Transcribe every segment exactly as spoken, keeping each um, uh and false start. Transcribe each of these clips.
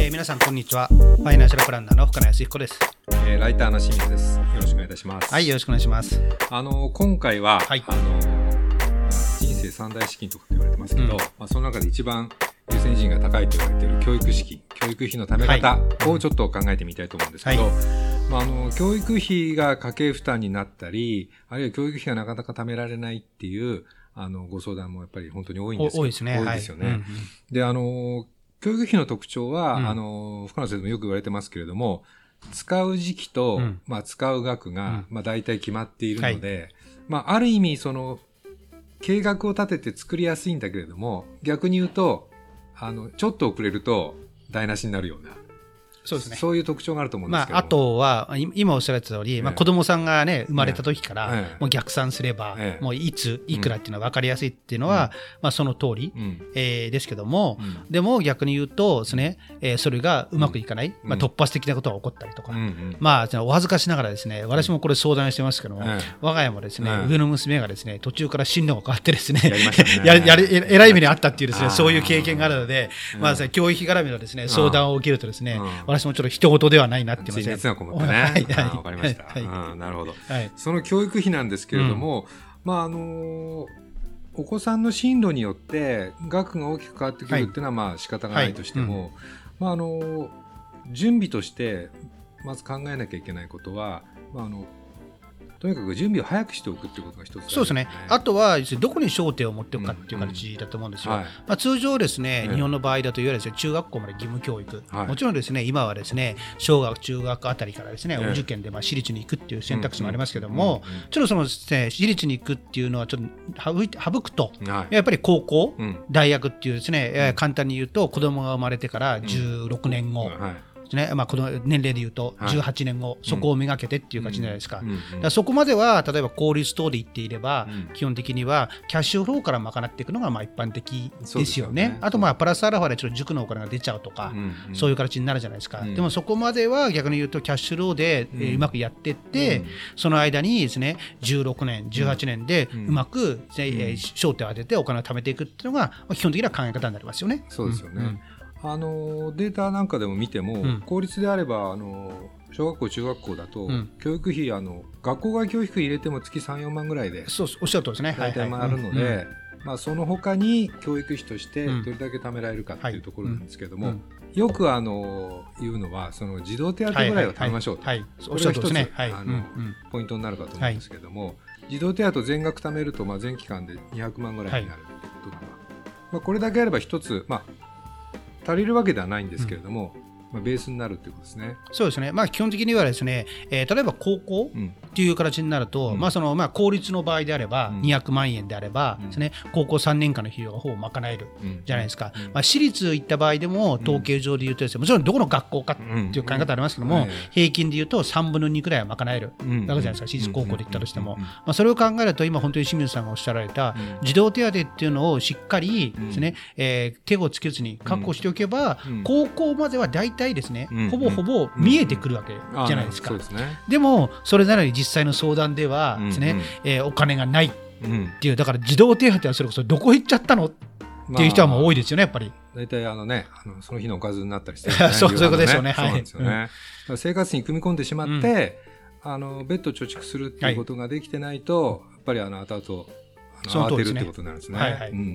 えー、皆さんこんにちは。ファイナンシャルプランナーの深野康彦です。 えー、ライターの清水です。よろしくお願いいたします。 はい、よろしくお願いします。 あの今回は、はい、あの人生三大資金とかって言われてますけど、うんまあ、その中で一番優先順位が高いと言われている教育資金、教育費のため方をちょっと考えてみたいと思うんですけど、はいまあ、あの教育費が家計負担になったり、あるいは教育費がなかなか貯められないっていうあのご相談もやっぱり本当に多いんですよ。 多いですね。 多いですよね。 はいうんうん、 で、あの教育費の特徴は、うん、あの深野先生もよく言われてますけれども、使う時期と、うんまあ、使う額が、うんまあ、大体決まっているので、はいまあ、ある意味その計画を立てて作りやすいんだけれども、逆に言うとあのちょっと遅れると台無しになるような、 そうですね、 そういう特徴があると思うんですけど、 まあ、あとは今おっしゃられた通り、ええまあ、子供さんが、ね、生まれた時からもう逆算すれば、ええ、もういついくらっていうのは分かりやすいっていうのは、うんまあ、その通り、うんえー、ですけども、うん、でも逆に言うとですね、えー、それがうまくいかない、うんまあ、突発的なことが起こったりとか、うんうんまあ、お恥ずかしながらですね、私もこれ相談してますけども、うん、我が家もですね、うん、上の娘がですね途中から進路が変わってですねやりやりえらい目にあったっていうですねそういう経験があるので、うんまあ、教育費絡みのですね相談を受けるとですね、うん、私もちょっと一言ではないなって熱がこもってね。はいはい、わかりました。はいうん、なるほど、はい。その教育費なんですけれども、うん、まああのお子さんの進路によって額が大きく変わってくるっていうのはまあ仕方がないとしても、はいはいうんまああの準備としてまず考えなきゃいけないことは、まああのとにかく準備を早くしておくっていうことが一つ、ね、 そうですね。あとはどこに焦点を持っておくかっていう形だと思うんですよ。うんうんはいまあ、通常ですね、うん、日本の場合だといわゆるですね、中学校まで義務教育、はい、もちろんですね今はですね小学中学あたりからですね、うん、お受験でまあ私立に行くっていう選択肢もありますけども、うんうん、ちょっとそのですね私立に行くっていうのはちょっと省くと、はい、やっぱり高校、うん、大学っていうですね、うん、簡単に言うと子供が生まれてからじゅうろくねんご、うんはいねまあ、この年齢でいうとじゅうはちねんご、はい、そこをめがけてっていう感じじゃないですか、うんうん、だからそこまでは例えば公立等で行っていれば、うん、基本的にはキャッシュフローから賄っていくのがまあ一般的ですよね。よねあとまあプラスアルファでちょっと塾のお金が出ちゃうとか、うんうん、そういう形になるじゃないですか、うん、でもそこまでは逆に言うとキャッシュフローで、うんえー、うまくやっていって、うん、その間にですねじゅうろくねんじゅうはちねんでうまく、うんえー、焦点を当ててお金を貯めていくっていうのが基本的な考え方になりますよね。 そうですよね、うんうんあのデータなんかでも見ても、うん、公立であればあの小学校中学校だと、うん、教育費あの学校外教育費入れても月 さん,よん 万ぐらいでそうおっしゃるとですね大体回るので、はいはいうんまあ、その他に教育費としてどれだけ貯められるかっていうところなんですけれども、うんはいうん、よくあの言うのはその児童手当ぐらいは貯めましょうと、はいはいはい、これが一つ、ねはいあのうんうん、ポイントになるかと思うんですけれども、はい、児童手当全額貯めると、まあ、全期間でにひゃくまんぐらいになるということが、はいまあ、これだけあれば一つ、まあ足りるわけではないんですけれども、うんまあ、ベースになるということですね。 そうですね、まあ、基本的にはですね、えー、例えば高校っていう形になると、うんまあそのまあ、公立の場合であれば、うん、にひゃくまんえんであればです、ね、高校さんねんかんの費用がほぼ賄えるじゃないですか、うんまあ、私立行った場合でも統計上で言うとですね、もちろんどこの学校かっていう考え方ありますけども、うん、平均で言うとさんぶんのにくらいは賄えるわけじゃないですか、私立高校で行ったとしても、まあ、それを考えると今本当に清水さんがおっしゃられた児童手当っていうのをしっかりですね、えー、手をつけずに確保しておけば、高校までは大体ですね、ほぼほぼ見えてくるわけじゃないですか、うんうんですね、でもそれなのに実際の相談ではですね、うんうんえー、お金がないっていう、だから児童手当はそれこそどこ行っちゃったのっていう人はもう多いですよね、やっぱり。 大体あのね、あのその日のおかずになったりして、ね、 そういうことですよね。 そうなんですよね、うん、生活に組み込んでしまって、うん、あの別途貯蓄するっていうことができてないと、はい、やっぱりあの後々慌てるってことになるんですね。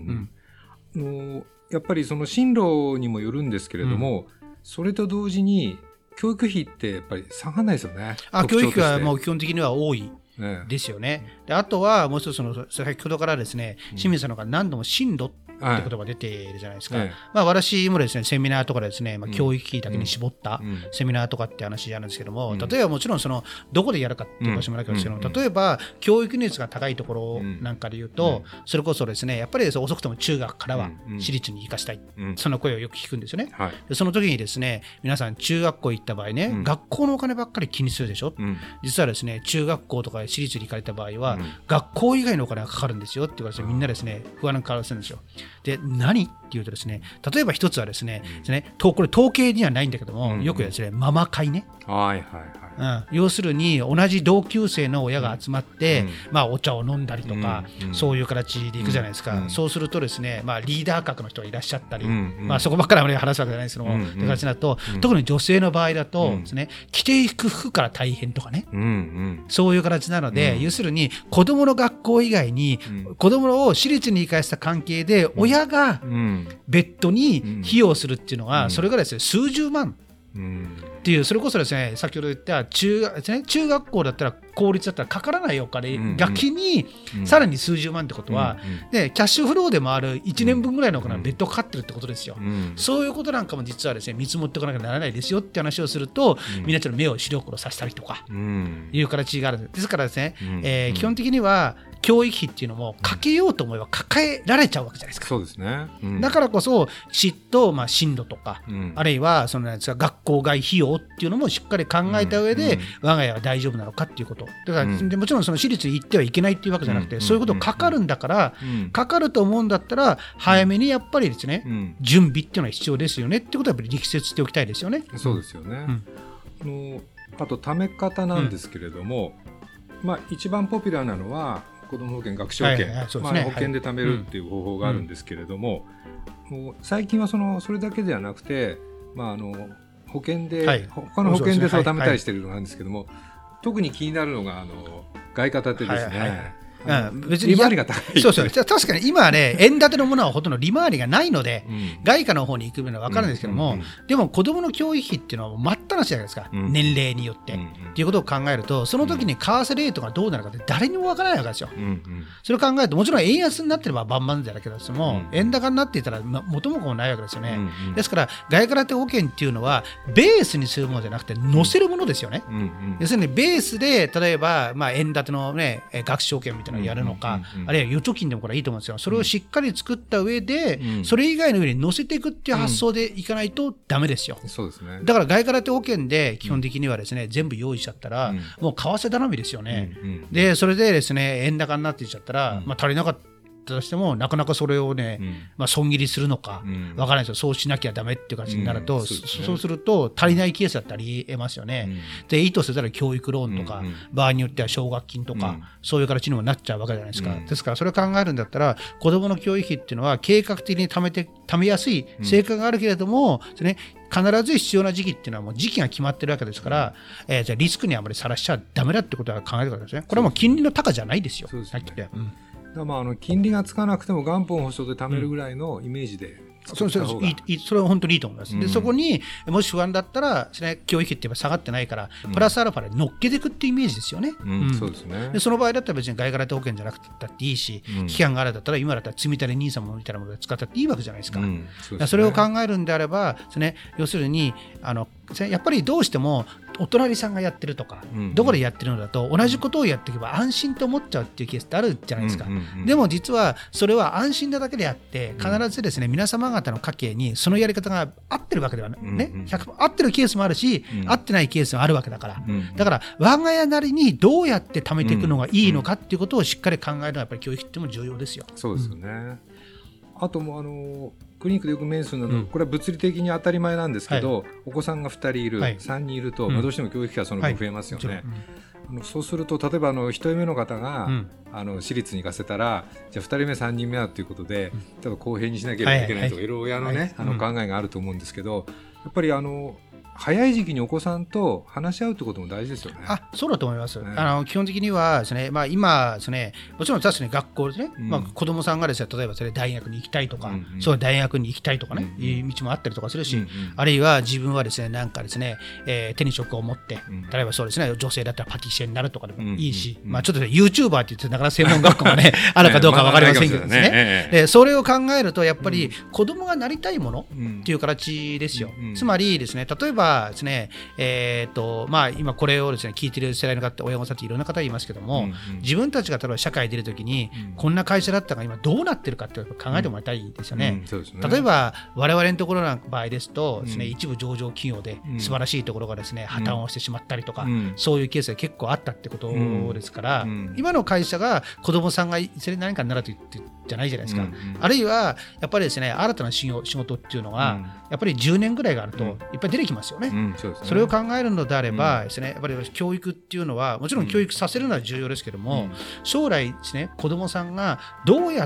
やっぱりその進路にもよるんですけれども、うんそれと同時に教育費ってやっぱり下がらないですよね。 あ教育費はもう基本的には多いですよね。であとはもう一つその先ほどからですね、清水さんの方が何度も進路って言葉が出ているじゃないですか、はいまあ、私もですねセミナーとかでですね、まあ、教育費だけに絞ったセミナーとかって話あるんですけども、うん、例えばもちろんそのどこでやるかっていう場所もあるんですけども、うん、例えば教育熱が高いところなんかで言うと、うん、それこそですねやっぱり遅くとも中学からは私立に行かしたい、うん、その声をよく聞くんですよね、はい、でその時にですね皆さん中学校行った場合ね、うん、学校のお金ばっかり気にするでしょ、うん、実はですね中学校とか私立に行かれた場合は、うん、学校以外のお金がかかるんですよって言われてみんなですね不安な顔するんですよ。で何っていうとですね例えば一つはですね、うん、ですねこれ統計にはないんだけども、うん、よくですねママ会ね、 はいはいはい、 うん、要するに同じ同級生の親が集まって、うんまあ、お茶を飲んだりとか、うん、そういう形でいくじゃないですか、うん、そうするとですね、まあ、リーダー格の人がいらっしゃったり、うんまあ、そこばっかりあまり話すわけじゃないですけども、うん、という形だと、うん、特に女性の場合だとですね、うん、着ていく服から大変とかね、うんうん、そういう形なので、うん、要するに子どもの学校以外に、うん、子どもを私立に行かせた関係で親が別途に費用するっていうのは、それがですね数十万っていう、それこそですね先ほど言った中学ですね、中学校だったら公立だったらかからないお金、うんうん、逆にさらに数十万ってことは、うんうん、でキャッシュフローでもあるいちねんぶんぐらいのお金が別途かかってるってことですよ、うん、そういうことなんかも実はですね見積もっておかなきゃならないですよって話をすると、うん、みんなちょっと目を白黒させたりとかいう形があるんです。ですからですね、うんえー、基本的には教育費っていうのもかけようと思えば抱えられちゃうわけじゃないですか。 そうですね、うん、 だからこそ嫉妬、まあ、進路とか、うん、あるいはそのなんですか学校外費用っていうのもしっかり考えた上で、うん、我が家は大丈夫なのかっていうことだから、うん、でもちろんその私立に行ってはいけないっていうわけじゃなくて、うん、そういうことかかるんだから、うん、かかると思うんだったら早めにやっぱりですね、うん、準備っていうのは必要ですよねってことはやっぱり力説しておきたいですよね。 そうですよね、うん、あのあと貯め方なんですけれども、うんまあ、一番ポピュラーなのは子ども保険学資保険、はいはいはいまあ、保険で貯めるっていう方法があるんですけれども、はいもう最近はそのそれだけではなくて、まあ、あの保険で、はい、他の保険でそう貯めたりしてるのがあるんですけども、はいはい、特に気になるのがあの外貨建てですね、はいはいはいうん、別に利回りが高い。 そうそう確かに今はね円建てのものはほとんど利回りがないので、うん、外貨の方に行くのは分かるんですけども、うんうんうん、でも子どもの教育費っていうのは待ったなしじゃないですか、うん、年齢によって、うんうん、っていうことを考えるとその時に為替レートがどうなるかって誰にも分からないわけですよ、うんうん、それを考えるともちろん円安になってれば万々だけども、うん、円高になっていたら元も子もないわけですよね、うんうん、ですから外貨建て保険っていうのはベースにするものじゃなくて乗せるものですよね、うんうん、要するにベースで例えば、まあ、円建ての、ね、学資保険みたいなのをやるのか、うんうんうんあるいは預貯金でもこれはいいと思うんですよ。それをしっかり作った上で、うん、それ以外の上に乗せていくっていう発想でいかないとダメですよ、 うん、そうですね。 だから外貨建て保険で基本的にはですね、うん、全部用意しちゃったら、うん、もう為替頼みですよね、うんうん、でそれでですね円高になっていっちゃったら、うんまあ、足りなかったとしてもなかなかそれをね、うんまあ、損切りするのか、うん、分からないですよ。そうしなきゃダメっていう感じになると、うん そ, うね、そうすると足りないケースだったらありえますよね、うん、で意図せざる教育ローンとか、うん、場合によっては奨学金とか、うん、そういう形にもなっちゃうわけじゃないですか、うん、ですからそれを考えるんだったら子どもの教育費っていうのは計画的に貯めて貯めやすい成果があるけれども、うんね、必ず必要な時期っていうのはもう時期が決まってるわけですから、えー、じゃあリスクにあまりさらしちゃダメだってことは考えてくださいですね。これはもう金利の高じゃないですよ。 そうですね。だまあ、あの金利がつかなくても元本保証で貯めるぐらいのイメージで作った方が、うん、そ, いいそれは本当にいいと思います、うん、でそこにもし不安だったら、ね、教育費って下がってないから、うん、プラスアルファで乗っけていくっていうイメージですよね、うんうん、そうですね。 でその場合だったら別に外貨建て保険じゃなくてだっていいし、うん、期間があるだったら今だったら積み立てニーサもみたいなもので使ったっていいわけじゃないですか、うん そ, すね、それを考えるんであれば、ね、要するにあのやっぱりどうしてもお隣さんがやってるとか、うんうん、どこでやってるのだと同じことをやっていけば安心と思っちゃうっていうケースってあるじゃないですか、うんうんうん、でも実はそれは安心なだけであって必ずですね、うん、皆様方の家計にそのやり方が合ってるわけではね、うんうん、ひゃく合ってるケースもあるし、うん、合ってないケースもあるわけだから、うんうん、だから我が家なりにどうやって貯めていくのがいいのかっていうことをしっかり考えるのはやっぱり教育っても重要ですよ。 そうですよね、うん、あともうあのクリニックでよく面するのは、うん、これは物理的に当たり前なんですけど、はい、お子さんがふたりいる、はい、さんにんいると、うんまあ、どうしても教育費はその分増えますよね、はいうん、あのそうすると例えばあのひとりめの方が、うん、あの私立に行かせたらじゃあふたりめさんにんめはということで、うん、例えば公平にしなければいけないとか、はい、いろいろ親のね、はい、あの考えがあると思うんですけど、やっぱりあの早い時期にお子さんと話し合うということも大事ですよね。 あ、そうだと思います、ね、あの基本的にはですね、まあ、今ですね、もちろん確かに学校ですね、うんまあ、子どもさんがですね、例えばそれ大学に行きたいとか、うんうん、そういう大学に行きたいとかね、うんうん、いう道もあったりとかするし、うんうん、あるいは自分はですね、なんかですね、えー、手に職を持って、うん、例えばそうですね、女性だったらパティシエになるとかでもいいし、うんうんまあ、ちょっと YouTuber って言ってなかなか専門学校がねあるかどうか分かりませんけどですね、ねでそれを考えるとやっぱり子どもがなりたいものっていう形ですよ、うんうん、つまりですね、例えばですねえーとまあ、今これをですね聞いている世代の方、親御さんっていろんな方いますけども、うんうん、自分たちが例えば社会に出るときに、うん、こんな会社だったが今どうなってるかって考えてもらいたいですよね、うんうんそうですね。例えば我々のところの場合ですとですね、うん、一部上場企業で素晴らしいところがですね、うん、破綻をしてしまったりとか、うん、そういうケースが結構あったってことですから、うんうん、今の会社が子どもさんがそれ何かになると言ってじゃないじゃないですか、 うんうん、 あるいはやっぱりですね新たな仕事っていうのは、うん、やっぱりじゅうねんぐらいがあるといっぱい出てきますよね、うんうん そ, うですねそれを考えるのであればですね、やっぱり教育っていうのはもちろん教育させるのは重要ですけども、うん、将来ですね子どもさんがどうやって、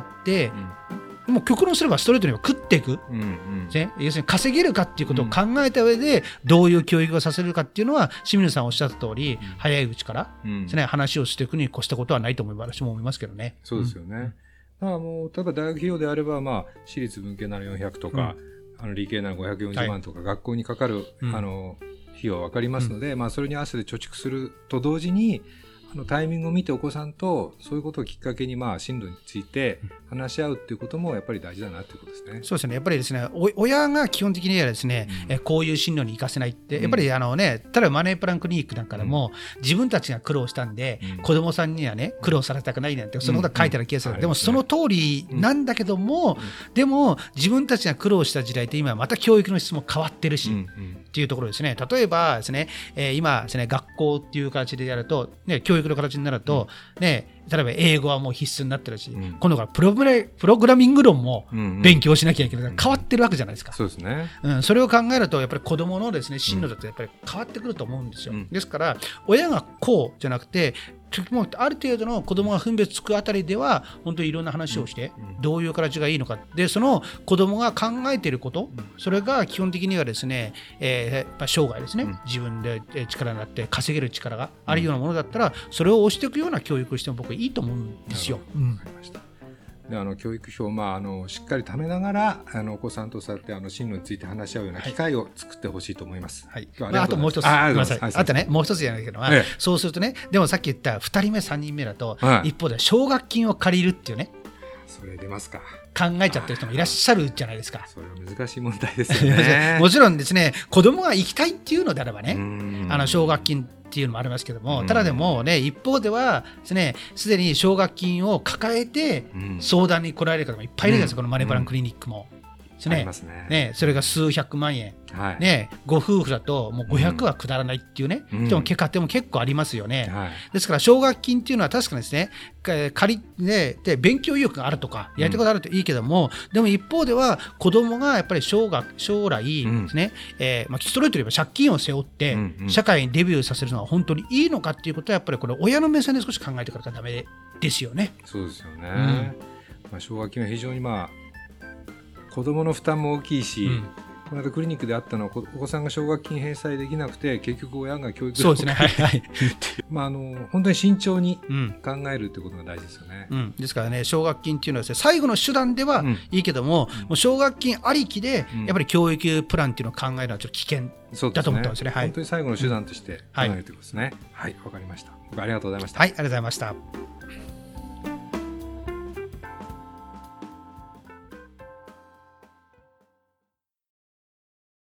うん、もう極論すればストレートには食っていく、うんうんね、要するに稼げるかっていうことを考えた上でどういう教育をさせるかっていうのは清水さんおっしゃった通り、うん、早いうちからですね、話をしていくに越したことはないと思います私も思いますけどね。 そうですよね、うんだからもう例えば大学費用であれば、まあ、私立文系ならよんひゃくとか、うん、あの理系ならごひゃくよんじゅうまんとか、はい、学校にかかる、うん、あの費用は分かりますので、うんまあ、それに合わせて貯蓄すると同時にあのタイミングを見てお子さんとそういうことをきっかけにまあ進路について話し合うっていうこともやっぱり大事だなということですね。 そうですね。やっぱりですね、親が基本的にはですね、うん、えこういう進路に行かせないって、やっぱりあのね、例えばマネープランクリニックなんかでも、うん、自分たちが苦労したんで、うん、子供さんにはね苦労されたくないなんてそのことが書いてあるケースが、うんうん、でもその通りなんだけども、うん、でも自分たちが苦労した時代って今また教育の質も変わってるし、うんうん、っていうところですね。例えばですね、えー、今ですね学校っていう形でやると、ね、教育の形になると、うんね、例えば英語はもう必須になってるし、うん、今度からプログラ、プログラミング論も勉強しなきゃいけない、うんうん、変わってるわけじゃないですか、 そうですね、 うん、それを考えるとやっぱり子どものですね進路だとやっぱり変わってくると思うんですよ、うん、ですから親がこうじゃなくてもうある程度の子どもが分別つくあたりでは本当にいろんな話をしてどういう形がいいのかでその子どもが考えていることそれが基本的にはですね、えー、やっぱ生涯ですね自分で力になって稼げる力があるようなものだったらそれを押していくような教育をしても僕はいいと思うんですよ。 うん、わかりました。であの教育費を、まあ、あのしっかり貯めながらあのお子さんとそうやってあの進路について話し合うような機会を作ってほしいと思います。 はいはい、あ, あともう一つああとねもう一つじゃないけど、ええ、そうするとねでもさっき言ったふたりめさんにんめだと、はい、一方で奨学金を借りるっていうねそれ出ますか考えちゃってる人もいらっしゃるじゃないですか。 それは難しい問題ですよねもちろんですね子供が行きたいっていうのであればねあの奨学金っていうのもありますけども、ただでもね一方ではですねすでに奨学金を抱えて相談に来られる方もいっぱいいるんですよ、このマネープランクリニックもですね、 ありますね。 ね、それが数百万円、はいね、ご夫婦だともうごひゃくはくだらないっていうね、うん、人も家庭も結構ありますよね、はい、ですから奨学金っていうのは確かにですね借り、ね、で勉強意欲があるとかやりたいことあるといいけども、うん、でも一方では子供がやっぱり将学将来ですね、うんえーまあ、ストレートで言えば借金を背負って社会にデビューさせるのは本当にいいのかっていうことはやっぱりこれ親の目線で少し考えてからダメですよね。 そうですよね、うんまあ、奨学金は非常にまあ子どもの負担も大きいし、うん、この間クリニックであったのはお子さんが奨学金返済できなくて結局親が教育そうですね、はいはいまあ、あの本当に慎重に考えるということが大事ですよね、 うんうん、ですからね奨学金っていうのは、ね、最後の手段ではいいけども、うん、もう奨学金ありきでやっぱり教育プランっていうのを考えるのはちょっと危険だと思ったんですね、はい、 本当に最後の手段として考えるということですね、はい、わ、はい、かりました。ありがとうございました。 はい、ありがとうございました。